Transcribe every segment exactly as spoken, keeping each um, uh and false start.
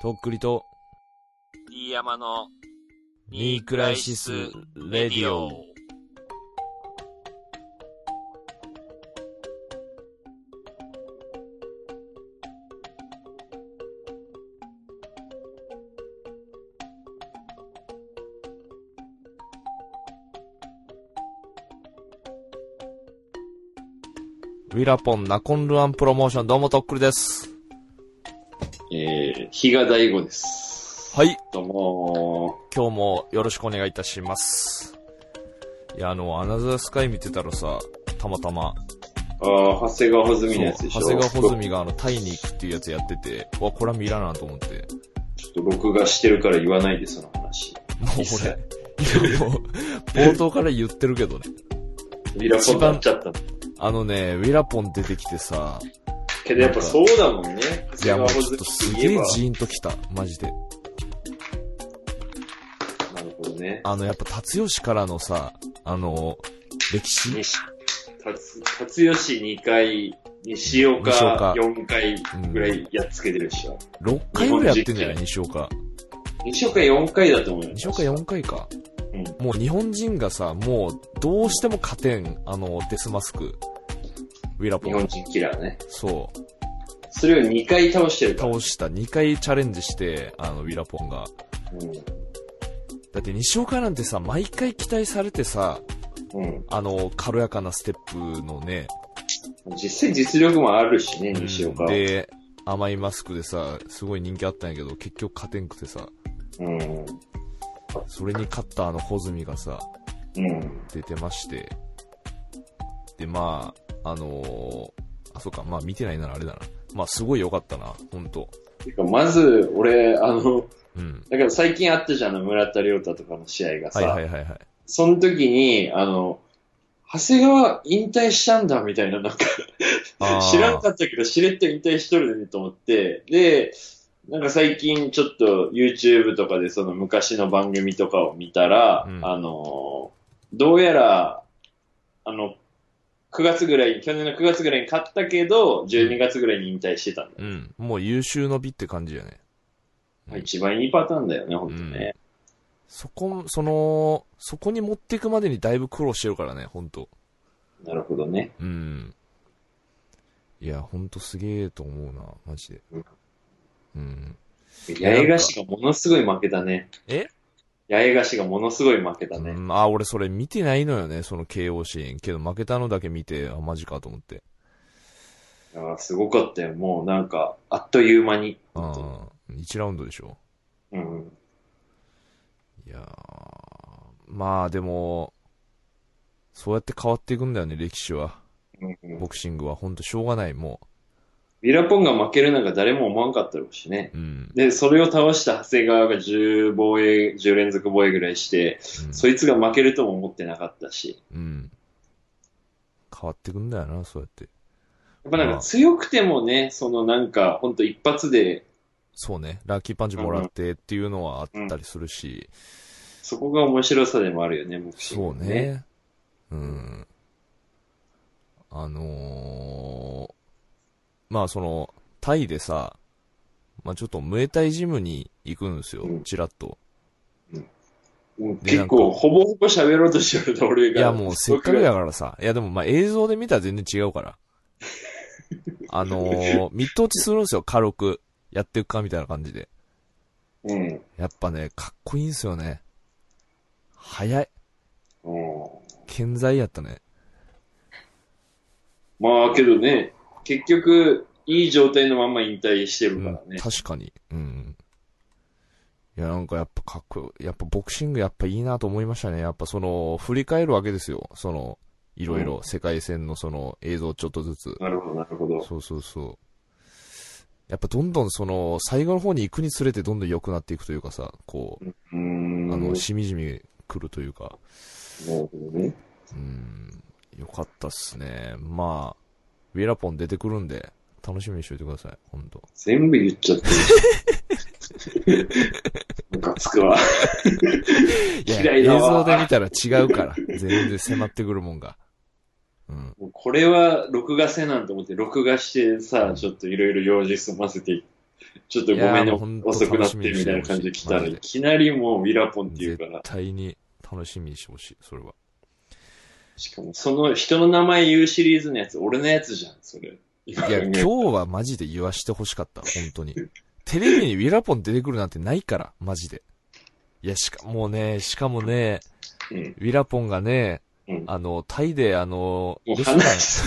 とっくりと D 山のニークライシスレディオ。ウィラポンナコンルアンプロモーション、どうもとっくりです。 えー、比嘉大吾です。 はい。 どうもー。今日もよろしくお願いいたします。いや、あの、アナザースカイ見てたらさ、たまたま。 ああ、長谷川穂積のやつでしょ。 長谷川穂積があの、タイに行くっていうやつやってて、わ、これは見らなと思って。 ちょっと録画してるから言わないで、その話。 もう俺、いやもう、冒頭から言ってるけどね。 ウィラポンになっちゃったの。 あのね、ウィラポン出てきてさ、 けどやっぱそうだもんね。 いやもうちょっとすげえジーンときた、マジで。 なるほどね。 あのやっぱ辰吉からのさ、あの、歴史辰吉にかい、西岡よんかいぐらいやっつけてるでしょ。 うん、ろっかいぐらいやってんじゃない西岡。 西岡よんかいだと思うよ。 西岡よんかいか。 うん、 もう日本人がさ、もうどうしても勝てん、あの、デスマスク。ウィラポン。 日本人キラーね。 そう。 それをにかい倒してるから。 倒した。にかいチャレンジして、あの、ウィラポンが。うん。だって西岡なんてさ、毎回期待されてさ、うん。あの、軽やかなステップのね。 実際実力もあるしね、西岡。 で、甘いマスクでさ、すごい人気あったんやけど、結局勝てんくてさ。うん。それに勝ったあの穂積がさ、うん、出てまして、でまああのー、あそうかまあ見てないならあれだな、まあすごい良かったな本当。 てかまず俺あの、うん、だから最近あったじゃん村田亮太とかの試合がさ、はいはいはいはい、その時にあの長谷川引退したんだみたいななんか知らんかったけどしれっと引退しとるねと思って、でなんか最近ちょっと YouTube とかでその昔の番組とかを見たら、うん、あの、どうやら、あの、くがつぐらい、去年のくがつぐらいに勝ったけど、じゅうにがつぐらいに引退してたんだ、ね。 うん。もう優秀の美って感じやね。 うん、一番いいパターンだよね、ほんとね、うん。 そこ、その、そこに持っていくまでにだいぶ苦労してるからね、ほんと。 なるほどね。 うん。いや、ほんとすげえと思うな、マジで。うんうん。八重樫がものすごい負けたね。 え八重樫がものすごい負けたね。 うん、あ、俺それ見てないのよね、その ケーオー シーン。けど負けたのだけ見て、あ、マジかと思って。 いや、すごかったよ。もうなんか、あっという間に。 ああ、いちラウンドでしょ。うん。いやー、まあでも、そうやって変わっていくんだよね、歴史は。うんうん、ボクシングはほんとしょうがない、もう。 ウィラポンが負けるなんか誰も思わんかったろうしね。うん、で、それを倒した長谷川がじゅう防衛、じゅう連続防衛ぐらいして、うん、そいつが負けるとも思ってなかったし。うん。 変わってくんだよな、そうやって。 やっぱなんか強くてもね、そのなんか、ほんと一発で。 そうね、ラッキーパンチもらってっていうのはあったりするし。うんうん、 そこが面白さでもあるよね、ボクシング、ね。 そうね。うん。あのー、まあその、タイでさ、まあちょっとムエタイジムに行くんですよ、うん、チラッと。 うん、結構、ほぼほぼ喋ろうとしてると俺が。 いやもうせっかくだからさ、いやでもまあ映像で見たら全然違うから。あのー、ミット落ちするんですよ、軽く。やっていくかみたいな感じで。うん。やっぱね、かっこいいんですよね。早い。うん。健在やったね。 まあけどね、結局、いい状態のまま引退してるからね。 うん、確かに。うん。いや、なんかやっぱかっこよ、やっぱボクシングやっぱいいなと思いましたね。やっぱその、振り返るわけですよ。その、いろいろ、世界戦のその映像ちょっとずつ。 なるほど、なるほど。 そうそうそう。やっぱどんどんその、最後の方に行くにつれてどんどん良くなっていくというかさ、こう、うーんあの、しみじみ来るというか。 なるほどね。 うん、よかったっすね。まあ、ウィラポン出てくるんで、楽しみにしといてください、ほんと。 全部言っちゃってる。ムカつくわ。 いや、嫌いだわ。映像で見たら違うから、全然迫ってくるもんが。 うん、もうこれは録画せなんと思って録画してさ、うん、ちょっといろいろ用事済ませてちょっとごめんね、遅くなってみたいな感じで来たら、いきなりもうウィラポンって言うから。 絶対に楽しみにしてほしい、それは。 しかも、その人の名前言うシリーズのやつ、俺のやつじゃん、それ。 いや、今日はマジで言わしてほしかった、本当に。テレビにウィラポン出てくるなんてないから、マジで。いや、しかもね、しかもね、うん、ウィラポンがね、うん、あの、タイであの、レストラン。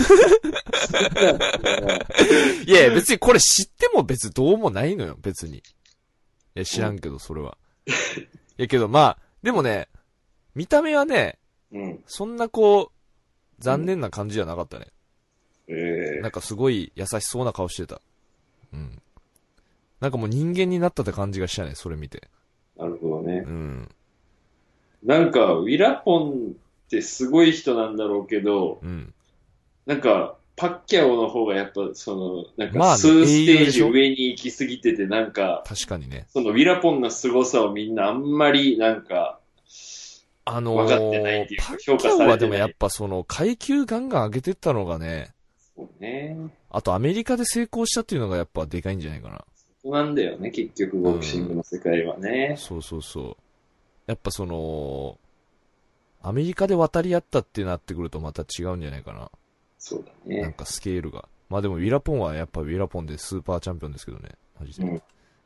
いやいや、別にこれ知っても別にどうもないのよ、別に。いや、知らんけど、それは。いやけど、まあ、でもね、見た目はね、うん、そんなこう、残念な感じじゃなかったね。うん、えー、なんかすごい優しそうな顔してた。うん。なんかもう人間になったって感じがしたね、それ見て。 なるほどね。うん。なんか、ウィラポンってすごい人なんだろうけど、うん、なんか、パッキャオの方がやっぱ、その、なんか、数ステージ上に行き過ぎてて、なんか、 確かにね。 そのウィラポンの凄さをみんなあんまり、なんか、 あのー、分かってないっていうか、評価されてない。パッキャオはでもやっぱその、階級ガンガン上げてったのがね、 そうね。 あとアメリカで成功したっていうのがやっぱでかいんじゃないかな。 そうなんだよね、結局、ボクシングの世界はね。 うん、そうそうそう。やっぱその、アメリカで渡り合ったってなってくるとまた違うんじゃないかな。 そうだね。 なんかスケールが。まあでもウィラポンはやっぱウィラポンでスーパーチャンピオンですけどね。マジで。うん。うん。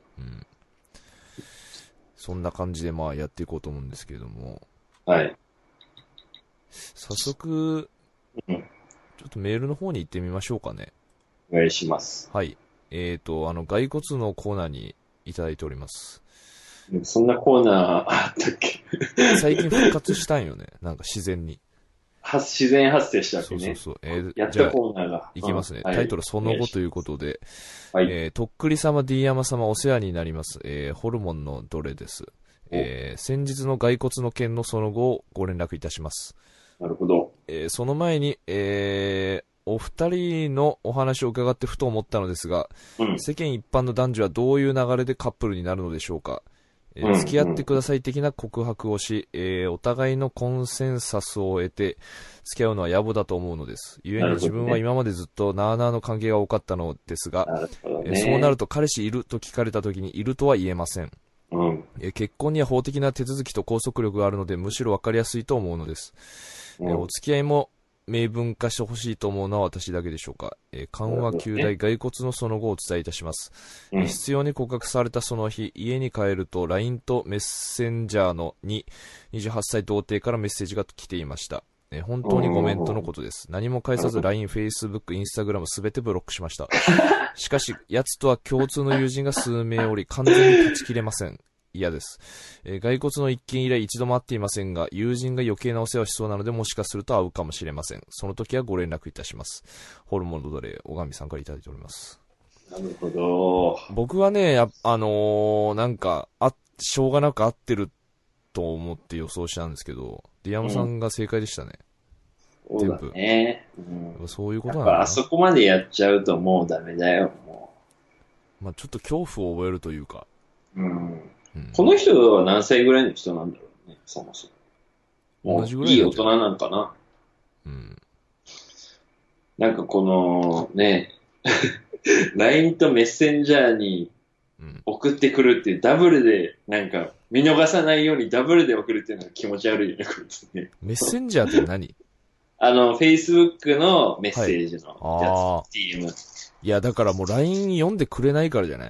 そんな感じでまあやっていこうと思うんですけれども。 はい。 早速、うん、ちょっとメールの方に行ってみましょうかね。 お願いします。 はい。えーと、あの、骸骨のコーナーにいただいております。 そんなコーナーあったっけ最近復活したんよね。なんか自然に。 自然発生したわけね。 そうそうそう。えー、 やったコーナーが。 いきますね。うん、タイトルその後ということで。はい。えー、とっくり様、D 山様お世話になります。えー、ホルモンのどれです。えー、先日の骸骨の件のその後をご連絡いたします。 なるほど。 えー、その前に、えー、お二人のお話を伺ってふと思ったのですが、うん、世間一般の男女はどういう流れでカップルになるのでしょうか。えー、付き合ってください的な告白をし、えー、お互いのコンセンサスを得て付き合うのは野暮だと思うのです。故に自分は今までずっとなあなあの関係が多かったのですが、ねえー、そうなると彼氏いると聞かれた時にいるとは言えません。うんえー、結婚には法的な手続きと拘束力があるのでむしろ分かりやすいと思うのです。うんえー、お付き合いも明文化してほしいと思うのは私だけでしょうか。えー、緩和球大骸骨のその後をお伝えいたします、うんえー。必要に告白されたその日、家に帰ると ライン とメッセンジャーのに、にじゅうはっさい童貞からメッセージが来ていました。えー、本当にごめんとのことです。何も返さず ライン、Facebook、Instagram すべてブロックしました。しかし、奴とは共通の友人が数名おり、完全に断ち切れません。嫌です、えー、骸骨の一件以来一度も会っていませんが、友人が余計なお世話をしそうなのでもしかすると会うかもしれません。その時はご連絡いたします。ホルモンドドレ小上さんからいただいております。 なるほど。 僕はね、やあのー、なんかあしょうがなく合ってると思って予想したんですけど、ディアムさんが正解でしたね。 うん、全部そうだね、 うん、そういうことなのかな。 やっぱあそこまでやっちゃうともうダメだよ。もうまあちょっと恐怖を覚えるというか。 うんうん、この人は何歳ぐらいの人なんだろうね、そもそも。同じぐらいいい大人なんかな。うん。なんかこの、ね、ライン とメッセンジャーに送ってくるっていうダブルで、なんか見逃さないようにダブルで送るっていうのが気持ち悪いよね、こいつね。 メッセンジャーって何あの、Facebook のメッセージのやつ、はい、ディーエム。 いや、だからもう ライン 読んでくれないからじゃない。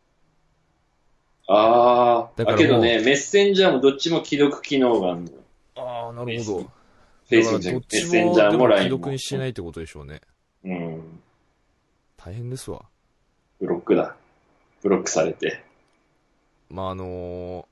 ああ、だけどね、メッセンジャーもどっちも既読機能があるの。 ああ、なるほど。 フェイスブック、メッセンジャーも ライン も。 既読にしてないってことでしょうね。 うん。 大変ですわ。 ブロックだ。ブロックされて。 まあ、あのー、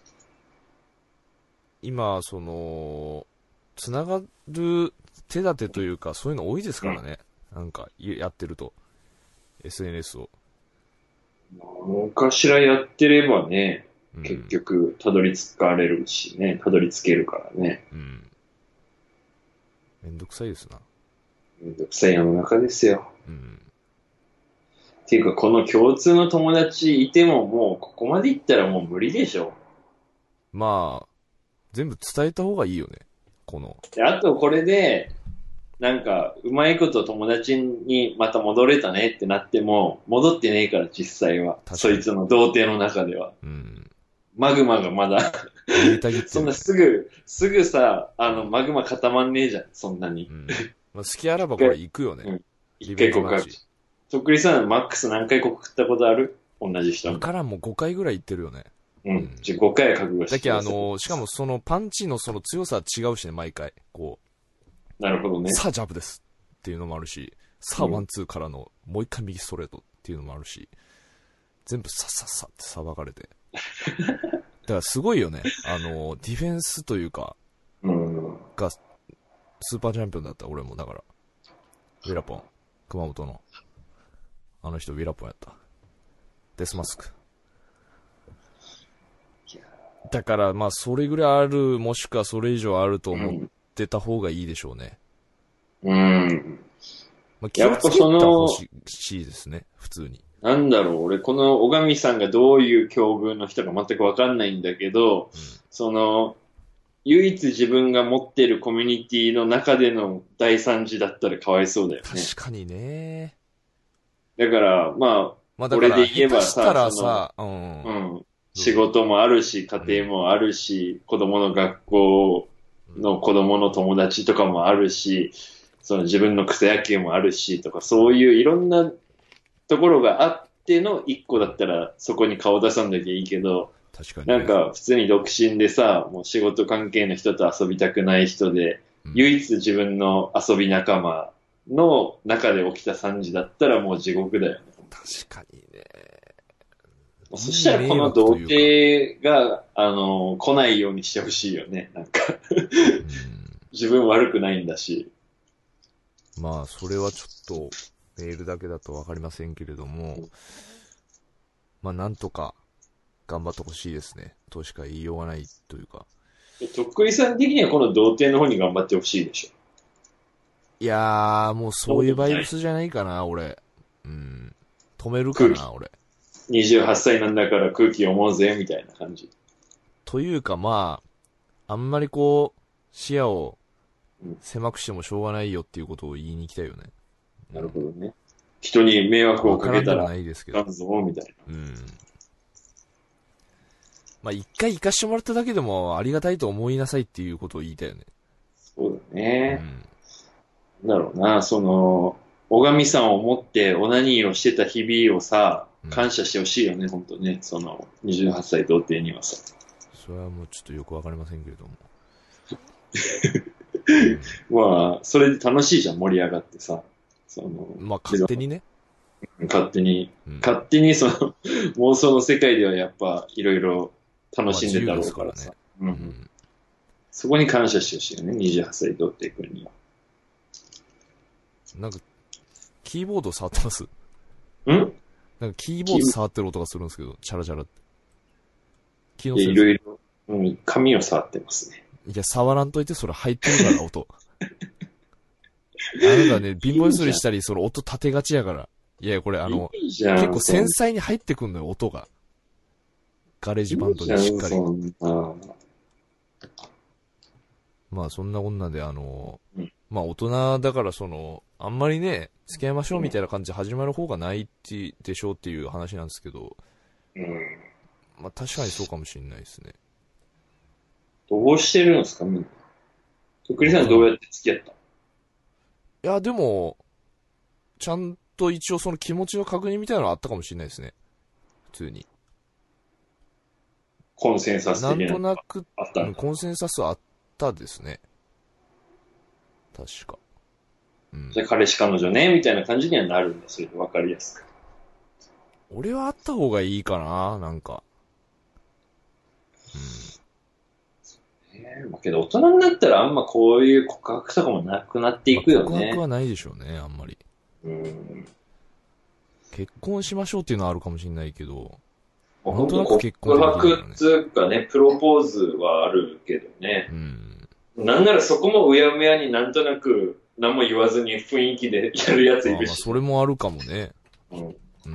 今、その、つながる手立てというか、そういうの多いですからね。うん、なんか、やってると。エスエヌエス を。 何かしらやってればね、うん、結局、たどり着かれるしね、たどり着けるからね。うん。 めんどくさいですな。 めんどくさい世の中ですよ。うん。っていうか、この共通の友達いても、もうここまでいったらもう無理でしょ。 まあ、全部伝えた方がいいよね。この。 あとこれで、 なんか、うまいこと友達にまた戻れたねってなっても、戻ってねえから実際は。そいつの童貞の中では。うん、マグマがまだそんなすぐ、すぐさ、あの、マグマ固まんねえじゃん、そんなに。うん、 まあ、好きあらばこれ行くよね。うん、 一回告白。とっくりさん、マックス何回告ったことある？同じ人。 だからもうごかいぐらい行ってるよね。 うん。じゃごかい覚悟して。 だけどあのー、しかもそのパンチのその強さは違うしね、毎回。こう。なるほどね。 さあジャブですっていうのもあるし、さあワンツーからのもう一回右ストレートっていうのもあるし、全部さっさっさってさばかれて。だからすごいよね。あのー、ディフェンスというか、 うん、 が、スーパーチャンピオンだった俺もだから。ウィラポン。熊本の。あの人ウィラポンやった。デスマスク。だからまあそれぐらいある、もしくはそれ以上あると思ってた方がいいでしょうね。 うん。 まあ、気をつけたほしいですね、普通に。 なんだろう、俺この小上さんがどういう境遇の人か全くわかんないんだけど、うん、その、唯一自分が持ってるコミュニティの中での第三次だったらかわいそうだよね。 確かにね。 だから、まあ、まあ、俺で言えばさ、さうん、うん、仕事もあるし、家庭もあるし、うん、子供の学校の子供の友達とかもあるし、その自分の草野球もあるしとか、そういういろんなところがあっての一個だったらそこに顔出さなきゃいいけど、 確かに、 ね、なんか普通に独身でさ、もう仕事関係の人と遊びたくない人で、うん、唯一自分の遊び仲間の中で起きた惨事だったらもう地獄だよね。 確かにね。 そしたらこの童貞が、あの、来ないようにしてほしいよね。なんかうん、自分悪くないんだし。 まあ、それはちょっとメールだけだとわかりませんけれども、うん、まあ、なんとか頑張ってほしいですね。としか言いようがないというか。 とっくりさん的にはこの童貞の方に頑張ってほしいでしょ。 いやー、もうそういうバイブスじゃないかな、俺。うん。止めるかな、俺。 にじゅうはっさいなんだから空気読もうぜ、みたいな感じ。 というか、まあ、あんまりこう、視野を狭くしてもしょうがないよっていうことを言いに行きたいよね。 うん、なるほどね。人に迷惑をかけたら、 ないですけど。 なんぞ、みたいな。 うん。まあ、一回行かしてもらっただけでもありがたいと思いなさいっていうことを言いたいよね。 そうだね。うん、なんだろうな、その、小上さんを持ってオナニーをしてた日々をさ、感謝してほしいよね、うん、本当ね。その、にじゅうはっさい童貞にはさ。 それはもうちょっとよくわかりませんけれども。 まあ、それで楽しいじゃん、盛り上がってさ。そのまあ、勝手にね。 勝手に、うん、勝手にその、妄想の世界ではやっぱ、いろいろ楽しんでたろうからさ。まあ、ね、うんうん。そこに感謝してほしいよね、にじゅうはっさい童貞君には。 なんか、キーボード触ってます？ん？ なんかキーボード触ってる音がするんですけど、チャラチャラって。 気のせいですか？いろいろ、うん、紙を触ってますね。 いや、触らんといて、それ入ってるから、音。あなたね、貧乏ゆすりしたり、その音立てがちやから。いや、これあの、 いい結構繊細に入ってくんのよ、音が。ガレージバンドにしっかり。まあ、そんなこんなで、あの、うん、まあ、大人だからその、あんまりね、付き合いましょうみたいな感じで始まる方がないってでしょうっていう話なんですけど、 うん、 まあ確かにそうかもしれないですね。 どうしてるんですか、みんな。とっくりさんどうやって付き合った？いや、でも、ちゃんと一応その気持ちの確認みたいなのあったかもしれないですね。普通に。 コンセンサス的な。 なんとなく、コンセンサスあったですね。確か。 うん、じゃあ彼氏彼女ね、みたいな感じにはなるんですよ。わかりやすく。 俺はあった方がいいかな、なんか。 うん。えー、けど大人になったらあんまこういう告白とかもなくなっていくよね。まあ、 告白はないでしょうね、あんまり。 うん。 結婚しましょうっていうのはあるかもしれないけど。 なんとなく結婚できる、ね。告白っていうかね、プロポーズはあるけどね。 うん。 なんならそこもうやむやになんとなく何も言わずに雰囲気でやるやついるし。まあ、 それもあるかもね。 うん。 うん。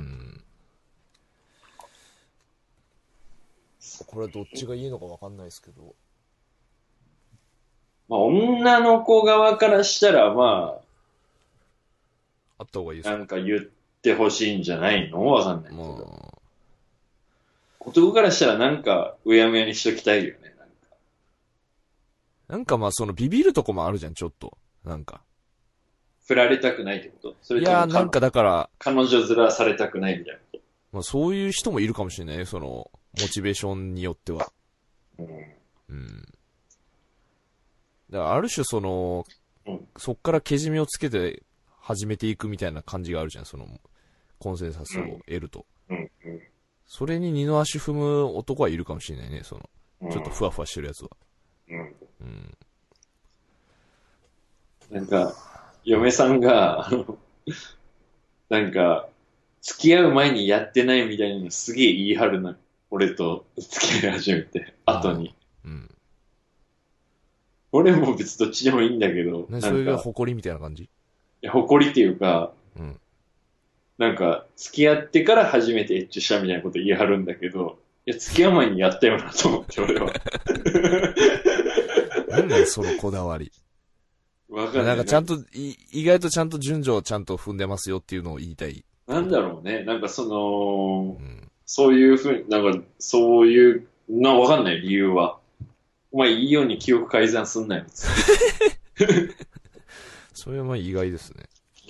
これはどっちがいいのかわかんないですけど。 まあ、女の子側からしたら、まあ、あった方がいいですか、なんか言ってほしいんじゃないのわかんないけど。 まあ、 男からしたらなんか、うやむやにしときたいよね。なんか、 なんかまあ、そのビビるとこもあるじゃん、ちょっと。なんか。 振られたくないってことそれともいやー、なんかだから、 彼女面されたくないみたいなこと。 まあ、そういう人もいるかもしれないね、その、モチベーションによっては。 うん。 うん。だからある種その、 うん、 そっからけじめをつけて始めていくみたいな感じがあるじゃん、その、コンセンサスを得ると。 うん。うん。 それに二の足踏む男はいるかもしれないね、その、ちょっとふわふわしてるやつは。 うん。 うん。 なんか、嫁さんが、あの、なんか、付き合う前にやってないみたいなのすげえ言い張るな。俺と付き合い始めて、後に。 うん。 俺も別にどっちでもいいんだけど。 ね、それが誇りみたいな感じ？いや、誇りっていうか、 うん。なんか、付き合ってから初めてエッチしたみたいなこと言い張るんだけど、いや、付き合う前にやったよなと思って、俺は。 なんだよ、そのこだわり。 わかんない。 なんかちゃんと、意外とちゃんと順序をちゃんと踏んでますよっていうのを言いたい。 なんだろうね。なんかその、うん、そういうふうに、なんかそういうな、わかんない理由は。お前いいように記憶改ざんすんなよ。 それはまあ意外ですね。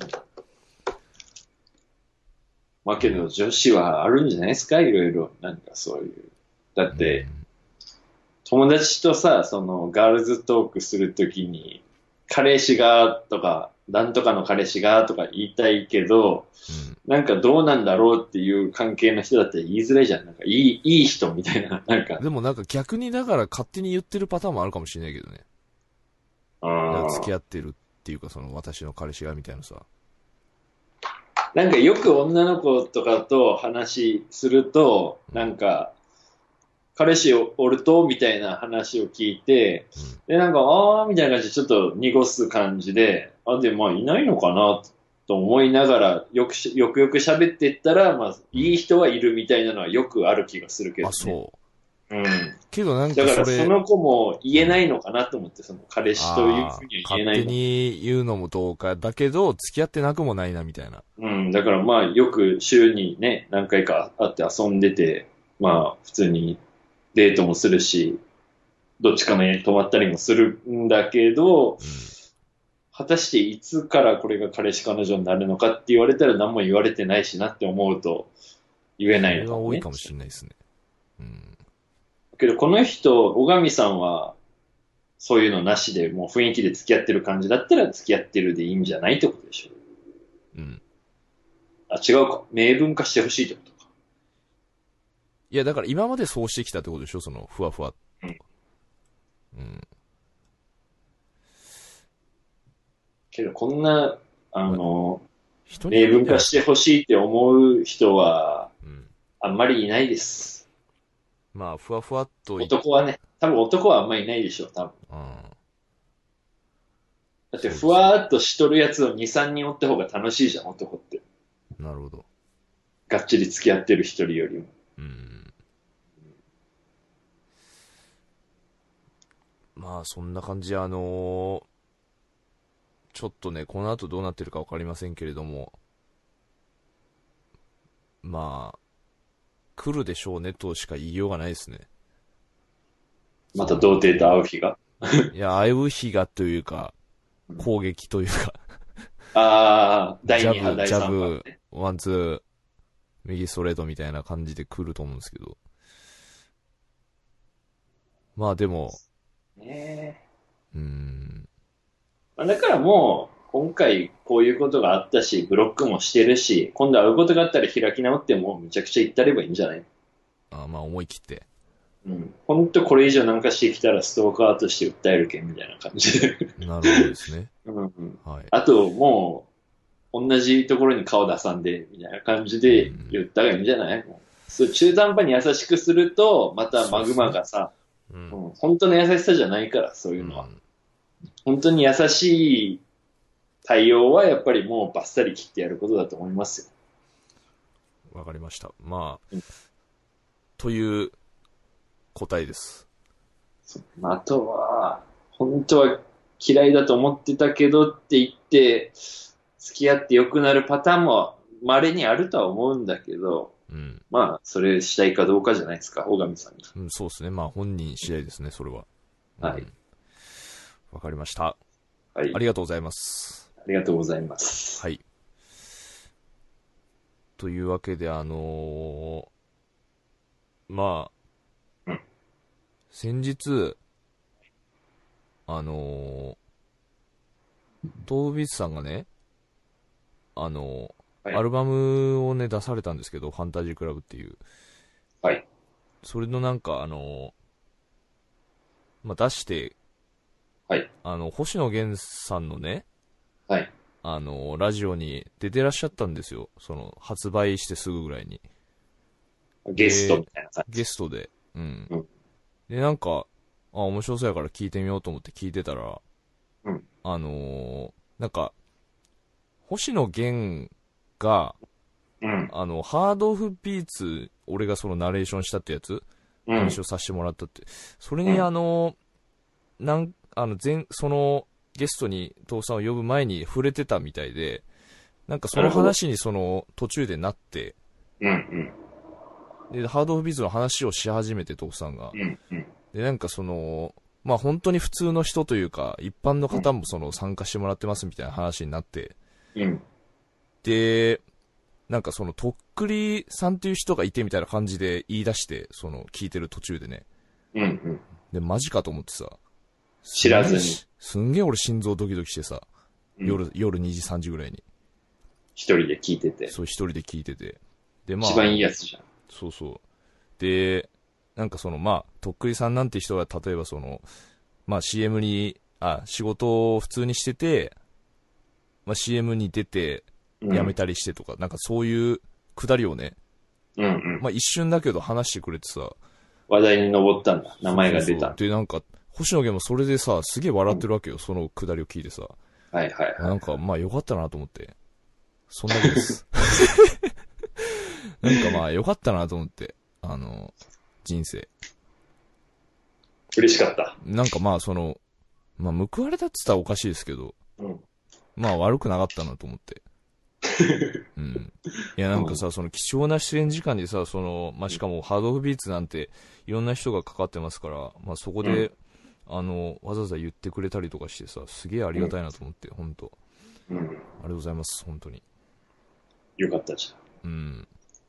まあけど女子はあるんじゃないですか、いろいろ。なんかそういう。だって、うん、友達とさ、そのガールズトークするときに、彼氏がとか、なんとかの彼氏がとか言いたいけど、うん、なんかどうなんだろうっていう関係の人だって言いづらいじゃん。なんかいい、いい人みたいな、なんか。 でもなんか逆にだから勝手に言ってるパターンもあるかもしれないけどね。ああ。付き合ってるっていうか、その私の彼氏がみたいなさ。 なんかよく女の子とかと話すると、うん、なんか、彼氏おるとみたいな話を聞いて、うん、で、なんか、あーみたいな感じでちょっと濁す感じで、あ、で、まあいないのかなと思いながら、よくし、よくよく喋っていったら、まあ、いい人はいるみたいなのはよくある気がするけどね。 あ、そう。 うん。 けどなんかそれ、 だからその子も言えないのかなと思って、その彼氏というふうには言えないの。 勝手に言うのもどうか、だけど、付き合ってなくもないな、みたいな。 うん。だからまあ、よく週にね、何回か会って遊んでて、まあ、普通に、デートもするし、どっちかの家に泊まったりもするんだけど、うん、果たしていつからこれが彼氏彼女になるのかって言われたら何も言われてないしなって思うと言えないのかもね。 それは多いかもしれないですね。うん。 けどこの人、小上さんはそういうのなしでもう雰囲気で付き合ってる感じだったら付き合ってるでいいんじゃないってことでしょ。うん。あ、違うか。明文化してほしいってことか。 いや、だから今までそうしてきたってことでしょ、その、ふわふわ。うん。うん。 けど、こんな、あの、まあ、明文化してほしいって思う人は、うん、あんまりいないです。 まあ、ふわふわっと。 男はね、多分男はあんまりいないでしょ、多分。うん。だって、ふわーっとしとるやつをに、さんにんおった方が楽しいじゃん、男って。 なるほど。 がっちり付き合ってる一人よりも。うん。 まあそんな感じで、あのー、ちょっとねこの後どうなってるか分かりませんけれども、まあ来るでしょうねとしか言いようがないですね。 また童貞と会う日がいや会う日がというか攻撃というかああだいに波だいさん波、ね、 ジャブワンツー右ストレートみたいな感じで来ると思うんですけど、まあでもねえ。うーん。 だからもう、今回こういうことがあったし、ブロックもしてるし、今度会うことがあったら開き直ってもめちゃくちゃ言ったればいいんじゃない？ あ、まあ思い切って。 うん。ほんとこれ以上なんかしてきたらストーカーとして訴えるけんみたいな感じで。 なるほどですね。 うん、うん。はい。あともう、同じところに顔出さんで、みたいな感じで言ったらいいんじゃない？うん、そう、中途半端に優しくすると、またマグマがさ、うん、うん、本当の優しさじゃないから、そういうのは。うん、本当に優しい対応はやっぱりもうバッサリ切ってやることだと思いますよ。わかりました。まあ、うん、という答えです。 あとは、本当は嫌いだと思ってたけどって言って、付き合って良くなるパターンも稀にあるとは思うんだけど、うん、まあ、それしたいかどうかじゃないですか、小上さんが。 うん、そうですね。まあ、本人次第ですね、それは。 はい。わ、 うん、かりました。 はい。 ありがとうございます。 ありがとうございます。 はい。というわけで、あのー、まあ、うん、先日、あのー、トービスさんがね、あのーはい、アルバムをね、出されたんですけど、ファンタジークラブっていう。 はい。 それのなんか、あのー、まあ、出して、 はい。 あの、星野源さんのね、 はい。 あの、ラジオに出てらっしゃったんですよ。その、発売してすぐぐらいに。 ゲストみたいな感じ。ゲストで。うん。うん、で、なんか、あ、面白そうやから聞いてみようと思って聞いてたら、うん。あのー、なんか、星野源が、うん。あの、ハードオフビーツ、俺がそのナレーションしたってやつ、うん、話をさせてもらったって。それにあの、うん、なん、あの、前、その、ゲストに父さんを呼ぶ前に触れてたみたいで、なんかその話にその途中でなって、うんうん、で、ハードオフビーズの話をし始めて父さんが、うんうん、で、なんかその、まあ本当に普通の人というか、一般の方もその参加してもらってますみたいな話になって、うん、で、なんかそのとっくりさんっていう人がいてみたいな感じで言い出して、その聞いてる途中でね、うんうん、で、マジかと思ってさ、 知らずに。 すんげえ俺心臓ドキドキしてさ、うん、夜、夜にじさんじぐらいに。 一人で聞いてて。 そう、一人で聞いてて。で、まあ。一番いいやつじゃん。 そうそう。で、なんかその、まあ、とっくりさんなんて人が、例えばその、まあ シーエム に、あ、仕事を普通にしてて、まあ シーエム に出て、辞めたりしてとか、うん、なんかそういうくだりをね、うんうん。まあ一瞬だけど話してくれてさ。 話題に上ったんだ。名前が出た。そうそうで、なんか、星野源もそれでさ、すげえ笑ってるわけよ、うん、そのくだりを聞いてさ。 はいはい、はい。 なんか、まあよかったなと思って。そんだけです。なんかまあよかったなと思って。あの、人生。 嬉しかった。 なんかまあその、まあ報われたって言ったらおかしいですけど、うん、まあ悪くなかったなと思って。うん。いやなんかさ、その貴重な出演時間にさ、その、まあしかもハードオフビーツなんていろんな人がかかってますから、まあそこで、うん、あの、わざわざ言ってくれたりとかしてさ、すげえありがたいなと思って、ほんと。うん。ありがとうございます、本当に。 よかったじゃん。うん。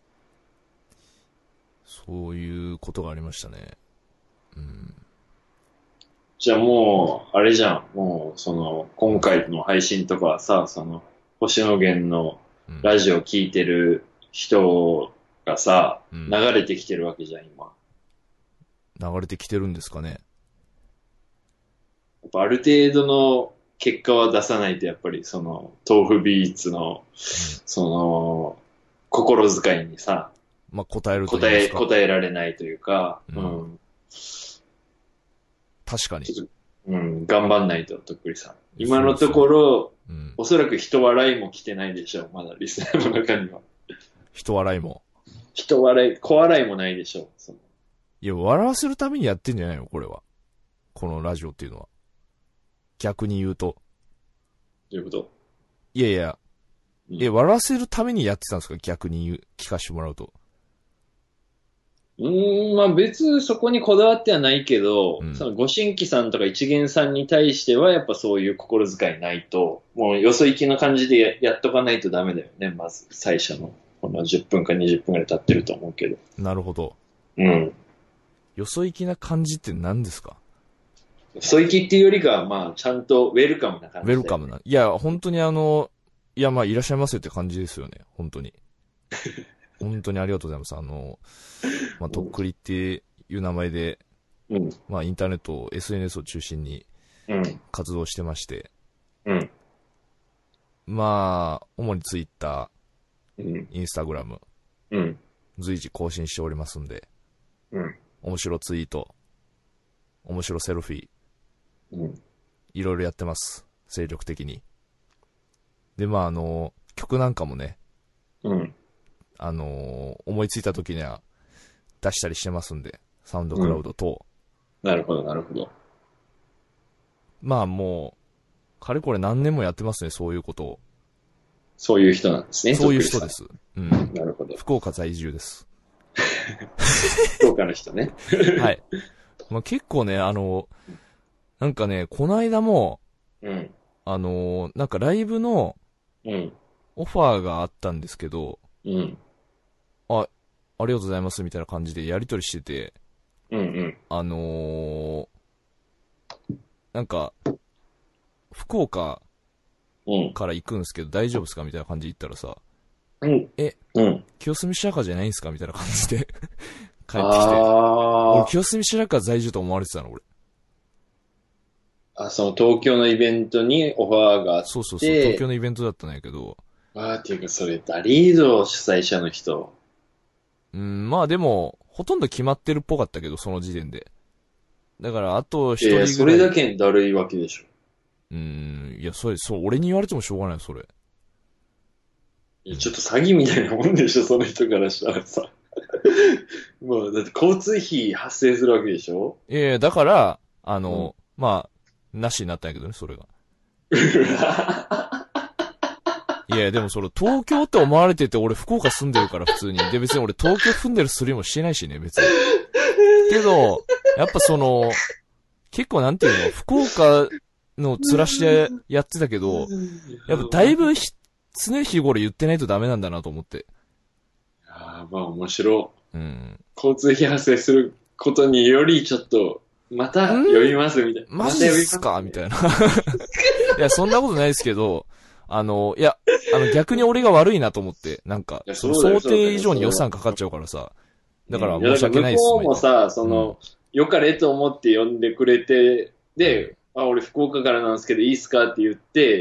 そういうことがありましたね。うん。 じゃあもう、あれじゃん。もう、その、今回の配信とかはさ、その、星野源のラジオ聞いてる人がさ、うん、流れてきてるわけじゃん、今。 流れてきてるんですかね。 やっぱある程度の結果は出さないと、やっぱりその、豆腐ビーツの、うん、その、心遣いにさ、 まあ、答えると答え、答えられないというか、うん。うん、 確かに。 うん、頑張んないと、とっくりさん。今のところ、うん、おそらく人笑いも来てないでしょう、まだリスナーの中には。 人笑いも。 人笑い、小笑いもないでしょう。そのいや、笑わせるためにやってんじゃないのこれは。このラジオっていうのは。逆に言うと。どういうこと？ いやいや、うん、いや、笑わせるためにやってたんですか？逆に言う、聞かせてもらうと。 うーん、まあ別にそこにこだわってはないけど、うん、そのご新規さんとか一元さんに対してはやっぱそういう心遣いないと、もうよそ行きの感じで や, やっとかないとダメだよね、まず最初の。このじゅっぷんかにじゅっぷんぐらい経ってると思うけど。 なるほど。 うん。 よそ行きな感じって何ですか？ よそ行きっていうよりかは、まあちゃんとウェルカムな感じ、 ね。ウェルカムな。いや、本当にあの、いやまあいらっしゃいませって感じですよね、本当に。本当にありがとうございます。あの、まあ、とっくりっていう名前で、うん、まあ、インターネット、エスエヌエス を中心に活動してまして、うん、まあ、主にツイッター、インスタグラム、うん、随時更新しておりますんで、うん、面白ツイート、面白セルフィー、うん、いろいろやってます。精力的に。で、まあ、あの、曲なんかもね、うんあのー、思いついた時には出したりしてますんで、サウンドクラウド等。 うん、なるほど、なるほど。 まあもう、かれこれ何年もやってますね、そういうことを。 そういう人なんですね。 そういう人です。うん。 なるほど。 福岡在住です。 福岡の人ね。 はい。まあ、結構ね、あの、なんかね、この間も、うん、あの、なんかライブの、うん、オファーがあったんですけど、うん、あ、ありがとうございますみたいな感じでやり取りしてて、うんうん、あのー、なんか、福岡から行くんですけど大丈夫ですかみたいな感じで言ったらさ、うん、え、うん、清澄白河じゃないんすかみたいな感じで帰ってきて、俺清澄白河在住と思われてたの、俺。 あ、その東京のイベントにオファーがあって。 そうそうそう、東京のイベントだったんやけど。 あーっていうか、それ、ダリード主催者の人。 うん、まあでも、ほとんど決まってるっぽかったけど、その時点で。だから、あと一人ぐらい。 いや、それだけだるいわけでしょ。 うん、いや、それ、そう、俺に言われてもしょうがない、それ。 いや、ちょっと詐欺みたいなもんでしょ、その人からしたらさ。もう、だって交通費発生するわけでしょ。 いやいや、だから、あの、うん、まあ、なしになったんやけどね、それが。いや、でもそれ東京って思われてて、俺福岡住んでるから普通に。で、別に俺東京住んでるするもしてないしね、別に。けど、やっぱその、結構なんていうの、福岡の面しでやってたけど、やっぱだいぶ常日頃言ってないとダメなんだなと思って。 ああ、まあ面白い。うん。交通費発生することによりちょっと、また呼びますみたいな。 マジですかみたいな。いや、そんなことないですけど、あの、いや、あの逆に俺が悪いなと思って、なんか、その想定以上に予算かかっちゃうからさ。だから申し訳ないですね。 向こうもさ、その、良かれと思って呼んでくれて、で、あ、俺福岡からなんですけどいいっすかって言って、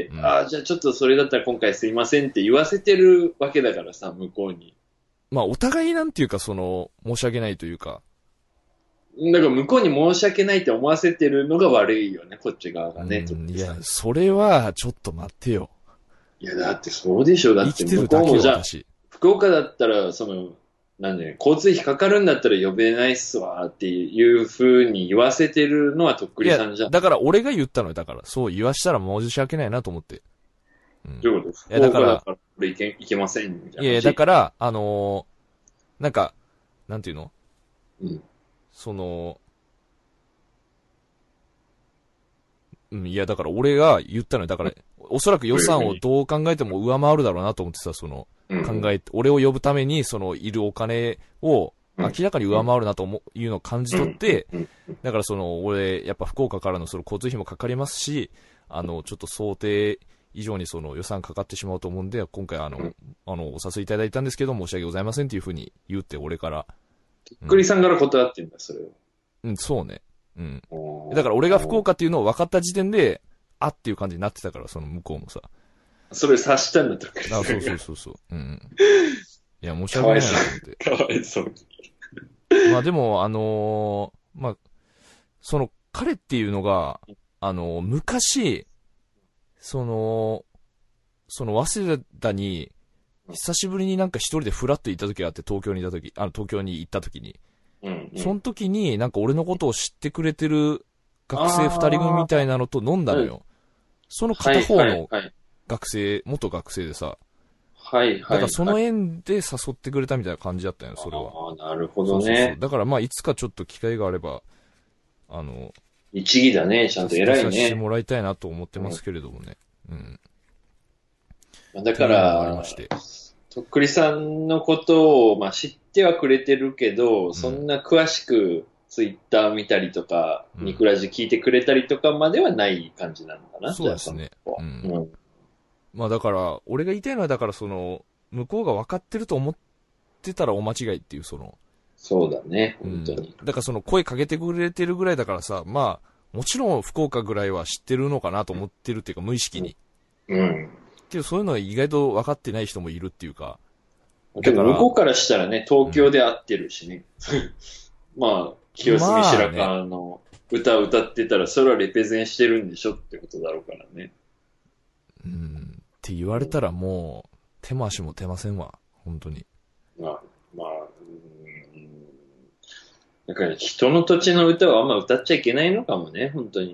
うん、あ、じゃあちょっとそれだったら今回すいませんって言わせてるわけだからさ、向こうに。 まあお互いなんていうかその、申し訳ないというか。 だから向こうに申し訳ないって思わせてるのが悪いよね、こっち側がね。 いや、それはちょっと待ってよ。 いや、だってそうでしょ。だって向こうもじゃあ、福岡だったら、その、なんで、交通費かかるんだったら呼べないっすわっていう風に言わせてるのはとっくりさんじゃん。 だから俺が言ったのよ。だから、そう言わしたら申し訳ないなと思って。 うん。どういうことですか？いや、だから、から俺行け、行けませんみたいな。 いや、だから、あのー、なんか、なんていうの？うん。その、うん、いや、だから俺が言ったのよ。だから、おそらく予算をどう考えても上回るだろうなと思ってさ、その、うん、考えて、俺を呼ぶために、その、いるお金を、明らかに上回るなと思う、いうのを感じ取って、だからその、俺、やっぱ福岡からのその交通費もかかりますし、あの、ちょっと想定以上にその予算かかってしまうと思うんで、今回あの、あの、お誘いいただいたんですけど、申し訳ございませんっていうふうに言って、俺から。 とっくりさんから断ってんだ、それを。 うん、そうね。うん。だから俺が福岡っていうのを分かった時点で、あっていう感じになってたから、その向こうもさ。 それ察したんだとか。 あ、そうそうそうそう。うん。いや、申し訳ないなと思って。 かわいそう。 まあでも、あのー、まあ、その、彼っていうのが、あのー、昔、その、その、早稲田に、久しぶりになんか一人でフラッと行った時があって、東京にいた時、あの、東京に行った時に。うんうん、その時に、なんか俺のことを知ってくれてる学生二人組みたいなのと飲んだのよ。その片方の学生、はいはいはい、元学生でさ。はいはい、はい。だからその縁で誘ってくれたみたいな感じだったよ、それは。 ああ、なるほどね。そうそうそう。 だからまあ、いつかちょっと機会があれば、あの、 一義だね、ちゃんと偉いね。させてもらいたいなと思ってますけれどもね。うん。 うん、だから、とっくりさんのことを、まあ、知ってはくれてるけど、うん、そんな詳しくツイッター見たりとか、うん、ニクラジ聞いてくれたりとかまではない感じなのかな。 そうですね。うん。うん、まあだから、俺が言いたいのは、だからその、向こうが分かってると思ってたらお間違いっていう、その。 そうだね、本当に。 うん、だからその声かけてくれてるぐらいだからさ、まあ、もちろん福岡ぐらいは知ってるのかなと思ってるっていうか、無意識に。うん。けどそういうのは意外と分かってない人もいるっていうか。 けど向こうからしたらね、東京で会ってるしね。うん、まあ、清澄白河の歌を歌ってたら、それはレペゼンしてるんでしょってことだろうからね。 うん。って言われたらもう、手も足も出ませんわ。本当に。 まあ、まあ、うん。だから人の土地の歌はあんま歌っちゃいけないのかもね、本当に。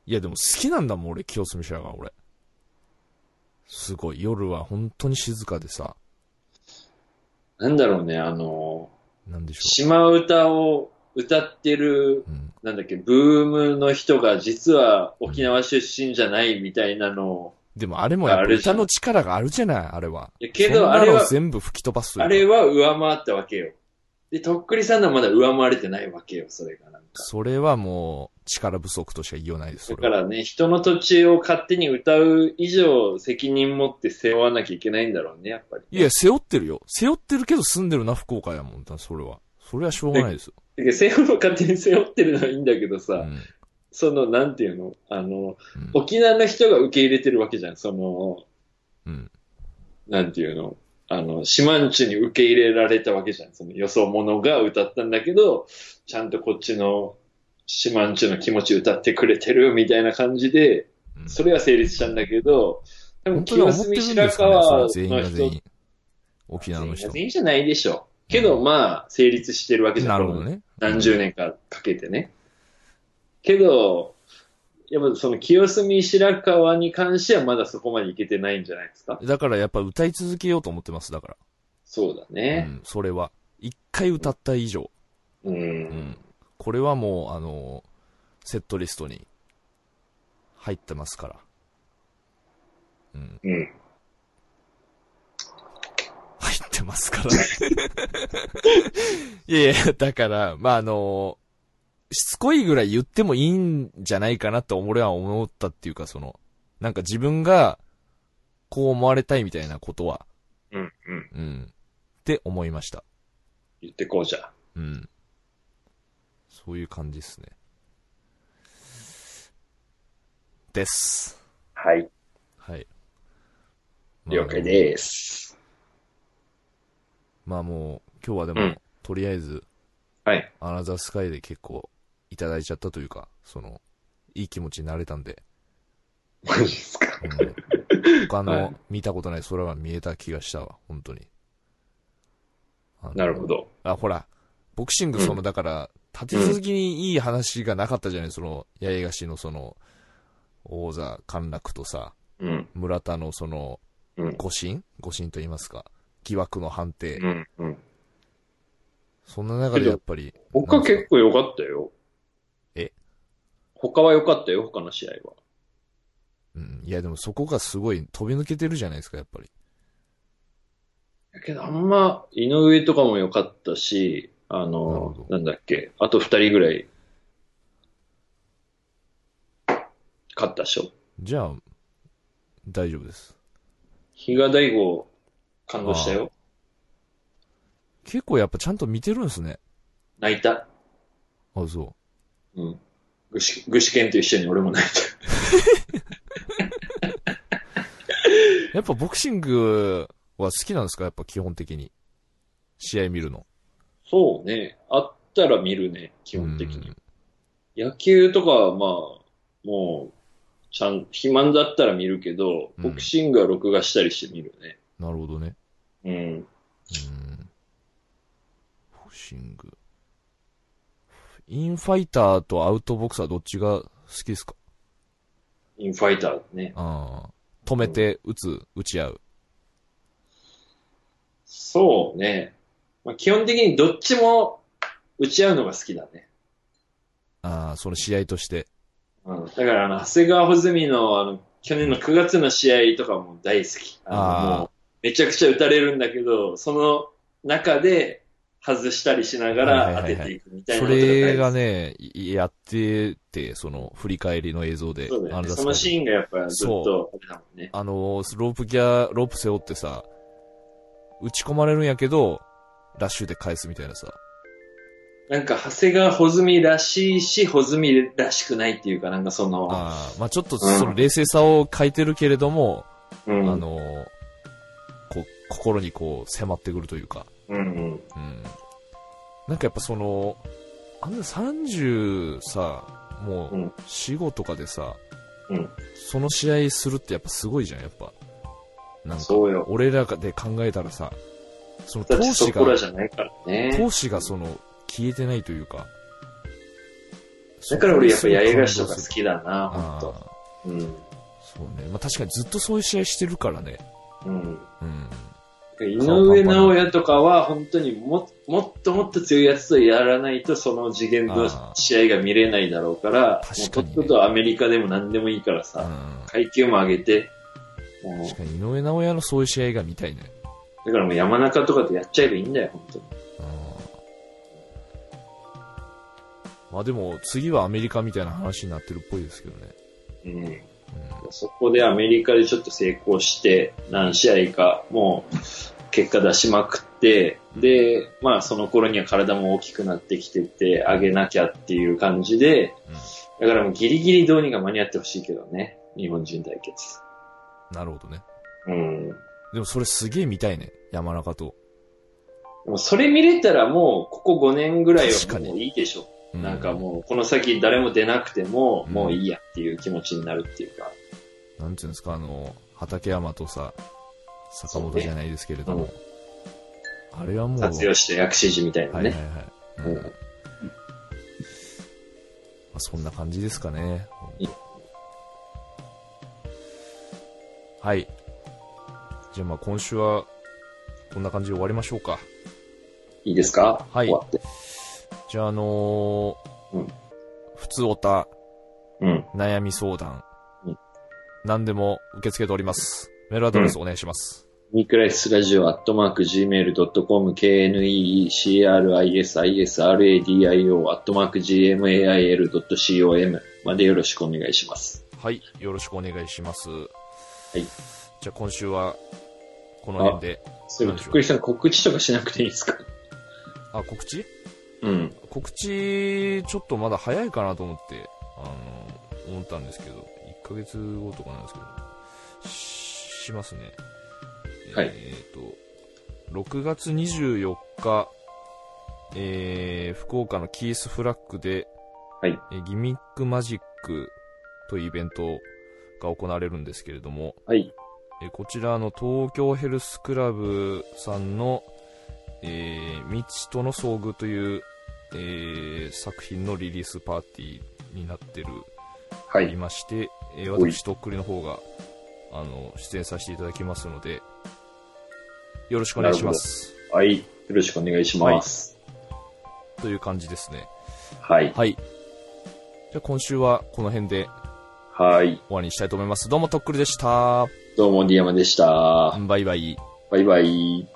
いやでも好きなんだもん俺、清澄白河俺。すごい、夜は本当に静かでさ。 なんだろうね、あの、 なんでしょう。 島唄を歌ってる、うん、なんだっけ、ブームの人が実は沖縄出身じゃないみたいなのを、 うん、でもあれもやっぱ歌の力があるじゃない、あれは。 いやけどあれは、 全部吹き飛ばすというか。 あれは上回ったわけよ。で、とっくりさんのはまだ上回れてないわけよ、それがなんか。 それはもう、力不足としか言いようないです。 だからね、人の土地を勝手に歌う以上、責任持って背負わなきゃいけないんだろうね、やっぱり、ね。 いや、背負ってるよ。背負ってるけど住んでるな、福岡やもん、それは。それはしょうがないですよ。 背負う、勝手に背負ってるのはいいんだけどさ、うん、その、なんていうのあの、うん、沖縄の人が受け入れてるわけじゃん、その、うん、なんていうのあの、島んちに受け入れられたわけじゃん。そのよそ者が歌ったんだけど、ちゃんとこっちの島んちの気持ち歌ってくれてるみたいな感じで、うん、それは成立したんだけど、多分清澄白河の人、全員が全員沖縄の人。 全員じゃないでしょ。けど、まあ、成立してるわけじゃん。 なるほどね。 何十年かかけてね。けど、やっぱその清澄白河に関してはまだそこまでいけてないんじゃないですか。 だからやっぱ歌い続けようと思ってます、だから。 そうだね。 うん、それは。一回歌った以上。うん。うん。これはもう、あの、セットリストに入ってますから。うん。うん。入ってますから。いやいや、だから、まあ、あの、しつこいぐらい言ってもいいんじゃないかなって俺は思ったっていうか、その、なんか自分がこう思われたいみたいなことは、うん、うん。うん。って思いました。 言ってこうじゃ。 うん。そういう感じですね。です。 はい。 はい。 まあ、了解です。 まあもう、今日はでも、うん、とりあえず、 はい。 アナザースカイで結構、いただいちゃったというか、その、いい気持ちになれたんで。 マジですか、 うん、他の、はい、見たことない空が見えた気がしたわ、本当に。 なるほど。 あ、ほら、ボクシング、その、だから、立て続けにいい話がなかったじゃない、うん、その、八重樫のその、王座陥落とさ、うん、村田のその、誤審誤審と言いますか、疑惑の判定。うんうん、そんな中でやっぱり。 他結構良かったよ。 え他は良かったよ、他の試合は。 うん。いや、でもそこがすごい飛び抜けてるじゃないですか、やっぱり。 だけど、あんま、井上とかも良かったし、あの、な, なんだっけ、あと二人ぐらい、勝ったでしょ。 じゃあ、大丈夫です。 比嘉大吾、感動したよ。 結構やっぱちゃんと見てるんですね。 泣いた。 あ、そう。 うん。具志堅と一緒に俺も泣いた。やっぱボクシングは好きなんですか？やっぱ基本的に。試合見るの。 そうね。あったら見るね、基本的に。野球とかはまあ、もう、ちゃん、肥満だったら見るけど、ボクシングは録画したりして見るね。 なるほどね。 うん。うん。 ボクシング。インファイターとアウトボクサーどっちが好きですか？ インファイターね。 ああ。止めて撃つ、うん、撃ち合う。 そうね。まあ、基本的にどっちも撃ち合うのが好きだね。 ああ、その試合として。 うん。だからあの、長谷川穂積のあの、去年のくがつの試合とかも大好き。あの、あもう、めちゃくちゃ打たれるんだけど、その中で、外したりしながら当てていくみたいな、 はいはいはいはい。それがね、やってて、その振り返りの映像で。 そうだよね。そのシーンがやっぱずっとあれだもんね。 あの、ロープギャロープ背負ってさ、打ち込まれるんやけど、ラッシュで返すみたいなさ。 なんか、長谷川穂積らしいし、穂積らしくないっていうか、なんかその。 ああ、まあちょっとその冷静さを欠いてるけれども、うん、あの、こう、心にこう迫ってくるというか。うんうん。うん。なんかやっぱその、あんなさんじゅうさ、もう、よん、ごとかでさ、うん、その試合するってやっぱすごいじゃん、やっぱ。なんか、俺らで考えたらさ、その闘志が、 ね、 闘志がその、消えてないというか、 だから俺やっぱ八重樫とか好きだな、ほんと。うん。そうね。まあ確かにずっとそういう試合してるからね。うん。 うん。井上尚弥とかは本当にももっともっと強いやつとやらないとその次元の試合が見れないだろうから、もうとっととアメリカでも何でもいいからさ、階級も上げて。 確かに井上尚弥のそういう試合が見たいね。 だからもう山中とかとやっちゃえばいいんだよ、本当に。 まあでも次はアメリカみたいな話になってるっぽいですけどね。うん。うん、 そこでアメリカでちょっと成功して何試合かもう結果出しまくって、うん、で、まあその頃には体も大きくなってきてて上げなきゃっていう感じで、うん、だからもうギリギリどうにか間に合ってほしいけどね、日本人対決。 なるほどね。うん。でもそれすげえ見たいね、山中と。 でもそれ見れたらもうここごねんぐらいはもういいでしょ。なんかもうこの先誰も出なくてももういいやっていう気持ちになるっていうか、 うん、なんていうんですか、あの畠山とさ坂本じゃないですけれども、ね、うん、あれはもう達吉と薬師寺みたいなね、はいはいはい、うん、まあ、そんな感じですかね、うん、はい。じゃあまあ今週はこんな感じで終わりましょうか。 いいですか？ はい。終わって。じゃあ、あのー、うん、普通おた、うん、悩み相談、うん、何でも受け付けております。メールアドレスお願いします。 ニークライシスラジオアットマーク ジーメールドットコム ケーエヌイーイーシーアールアイエスアイエスアールエーディーアイオー アットマーク ジーエムエーアイエルドットコム までよろしくお願いします。 はい、よろしくお願いします。はい。じゃあ今週はこの辺で。 それとっくりさん告知とかしなくていいですか？ あ、告知？ うん。 告知、ちょっとまだ早いかなと思って、あの、思ったんですけど、いっかげつごとかなんですけど、し、しますね。 はい。 えっと、ろくがつにじゅうよっか、えー、福岡のキースフラッグで、 はい。 えギミックマジックというイベントが行われるんですけれども、 はい。 えこちらの東京ヘルスクラブさんの、えー、未知との遭遇という、えー、作品のリリースパーティーになってる、 はい、 ありまして、えー、私とっくりの方があの出演させていただきますのでよろしくお願いします。 はい、よろしくお願いします、 はい、という感じですね。 はい、 はい、じゃあ今週はこの辺ではい終わりにしたいと思います。どうもとっくりでした。 どうもディアマでした。 バイバイ。 バイバイ。